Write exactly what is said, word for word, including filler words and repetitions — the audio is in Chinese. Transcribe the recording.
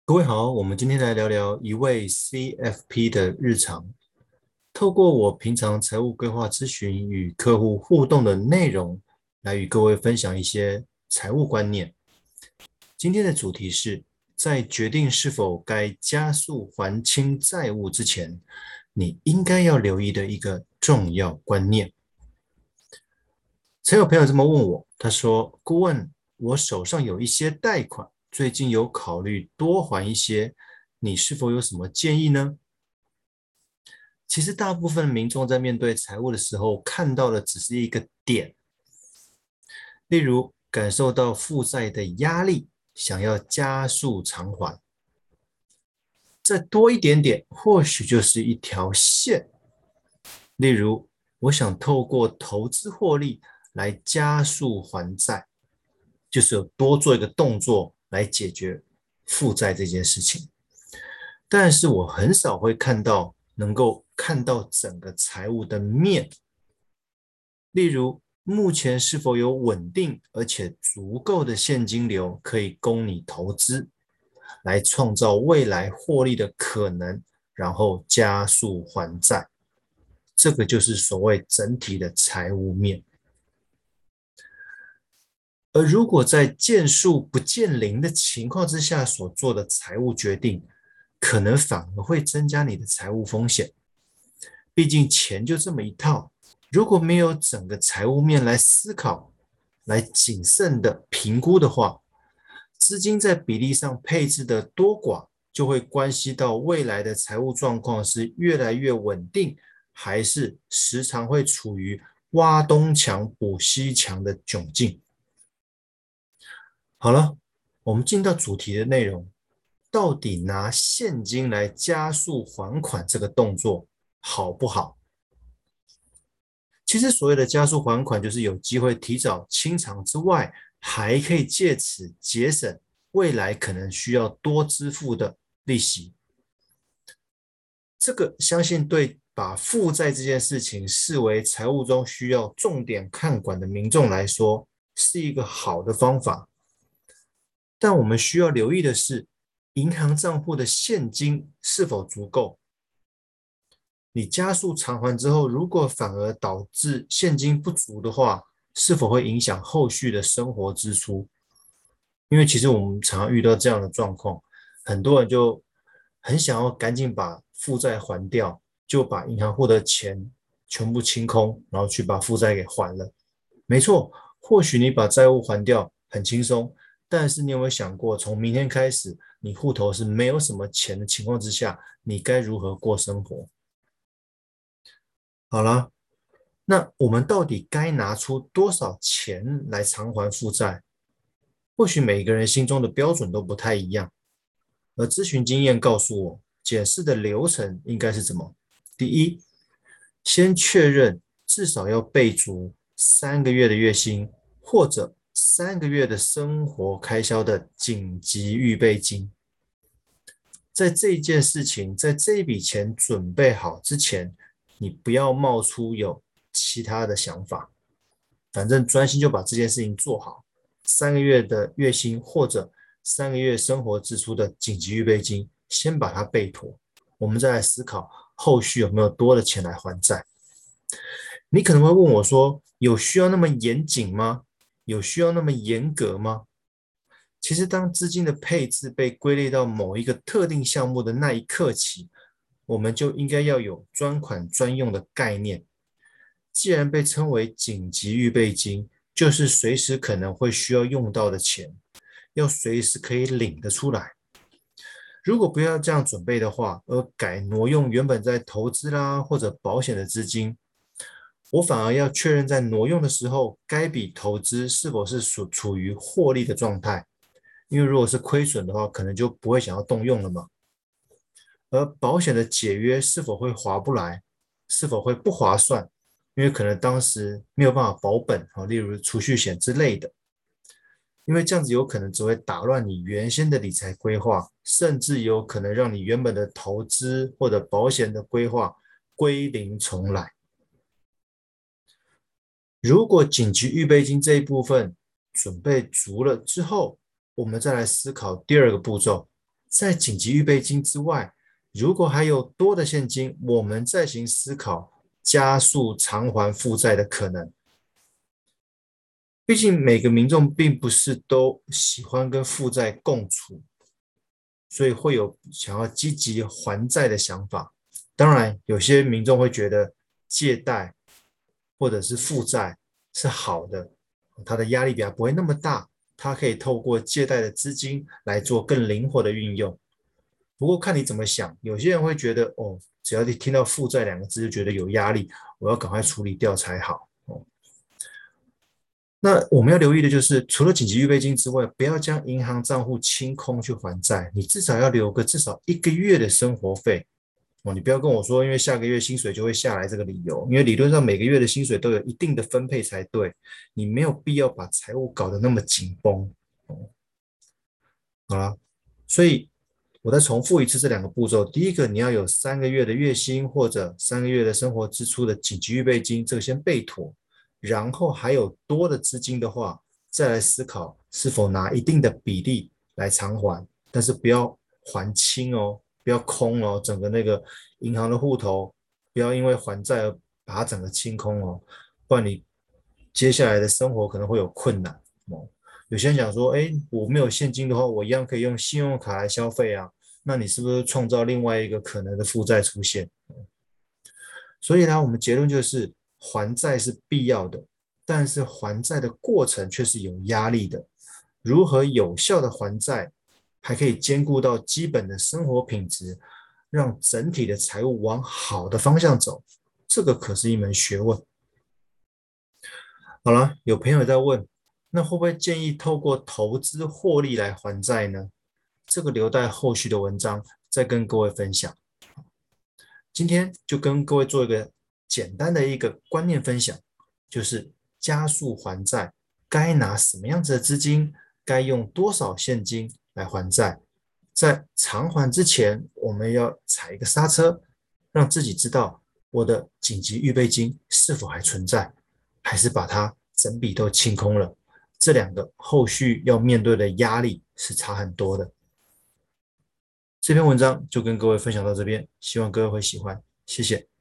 各位好，我们今天来聊聊一位 C F P 的日常。透过我平常财务规划咨询与客户互动的内容，来与各位分享一些财务观念。今天的主题是在决定是否该加速还清债务之前，你应该要留意的一个重要观念。曾有朋友这么问我，他说：顾问，我手上有一些贷款，最近有考虑多还一些，你是否有什么建议呢？其实大部分民众在面对财务的时候，看到的只是一个点，例如感受到负债的压力，想要加速偿还，再多一点点，或许就是一条线。例如，我想透过投资获利来加速还债，就是有多做一个动作来解决负债这件事情。但是我很少会看到能够看到整个财务的面，例如目前是否有稳定而且足够的现金流可以供你投资，来创造未来获利的可能，然后加速还债。这个就是所谓整体的财务面。而如果在见树不见林的情况之下所做的财务决定，可能反而会增加你的财务风险。毕竟钱就这么一套，如果没有整个财务面来思考，来谨慎的评估的话，资金在比例上配置的多寡，就会关系到未来的财务状况是越来越稳定，还是时常会处于挖东墙补西墙的窘境。好了，我们进到主题的内容，到底拿现金来加速还款这个动作好不好？其实所谓的加速还款，就是有机会提早清偿之外，还可以借此节省未来可能需要多支付的利息。这个相信对把负债这件事情视为财务中需要重点看管的民众来说，是一个好的方法。但我们需要留意的是，银行账户的现金是否足够。你加速偿还之后，如果反而导致现金不足的话，是否会影响后续的生活支出？因为其实我们常常遇到这样的状况，很多人就很想要赶紧把负债还掉，就把银行户的钱全部清空，然后去把负债给还了。没错，或许你把债务还掉很轻松，但是你有没有想过，从明天开始，你户头是没有什么钱的情况之下，你该如何过生活？好了，那我们到底该拿出多少钱来偿还负债？或许每个人心中的标准都不太一样，而咨询经验告诉我，检视的流程应该是怎么？第一，先确认至少要备足三个月的月薪，或者三个月的生活开销的紧急预备金。在这件事情，在这一笔钱准备好之前，你不要冒出有其他的想法，反正专心就把这件事情做好。三个月的月薪或者三个月生活支出的紧急预备金，先把它备妥，我们再来思考后续有没有多的钱来还债。你可能会问我说，有需要那么严谨吗？有需要那么严格吗？其实当资金的配置被归类到某一个特定项目的那一刻起，我们就应该要有专款专用的概念。既然被称为紧急预备金，就是随时可能会需要用到的钱，要随时可以领得出来。如果不要这样准备的话，而改挪用原本在投资啦或者保险的资金，我反而要确认在挪用的时候，该笔投资是否是属处于获利的状态。因为如果是亏损的话，可能就不会想要动用了嘛。而保险的解约是否会划不来，是否会不划算？因为可能当时没有办法保本，例如储蓄险之类的。因为这样子有可能只会打乱你原先的理财规划，甚至有可能让你原本的投资或者保险的规划归零重来。如果紧急预备金这一部分准备足了之后，我们再来思考第二个步骤， 在紧急预备金之外，如果还有多的现金，我们再行思考加速偿还负债的可能。毕竟每个民众并不是都喜欢跟负债共处，所以会有想要积极还债的想法。当然，有些民众会觉得借贷或者是负债是好的，他的压力比较不会那么大，他可以透过借贷的资金来做更灵活的运用。不过看你怎么想，有些人会觉得哦，只要你听到负债两个字就觉得有压力，我要赶快处理掉才好。哦，那我们要留意的就是，除了紧急预备金之外，不要将银行账户清空去还债，你至少要留个至少一个月的生活费。哦，你不要跟我说，因为下个月薪水就会下来这个理由，因为理论上每个月的薪水都有一定的分配才对，你没有必要把财务搞得那么紧绷。哦，好啦，所以我再重复一次这两个步骤。第一个，你要有三个月的月薪或者三个月的生活支出的紧急预备金，这个先备妥。然后还有多的资金的话，再来思考是否拿一定的比例来偿还，但是不要还清哦，不要空哦，整个那个银行的户头不要因为还债而把它整个清空哦，不然你接下来的生活可能会有困难哦。有些人讲说，哎，我没有现金的话，我一样可以用信用卡来消费啊，那你是不是创造另外一个可能的负债出现？所以呢，我们结论就是还债是必要的，但是还债的过程却是有压力的。如何有效的还债，还可以兼顾到基本的生活品质，让整体的财务往好的方向走，这个可是一门学问。好了，有朋友在问，那会不会建议透过投资获利来还债呢？这个留待后续的文章再跟各位分享。今天就跟各位做一个简单的一个观念分享，就是加速还债该拿什么样子的资金，该用多少现金来还债。在偿还之前，我们要踩一个刹车，让自己知道我的紧急预备金是否还存在，还是把它整笔都清空了。这两个后续要面对的压力是差很多的。这篇文章就跟各位分享到这边，希望各位会喜欢，谢谢。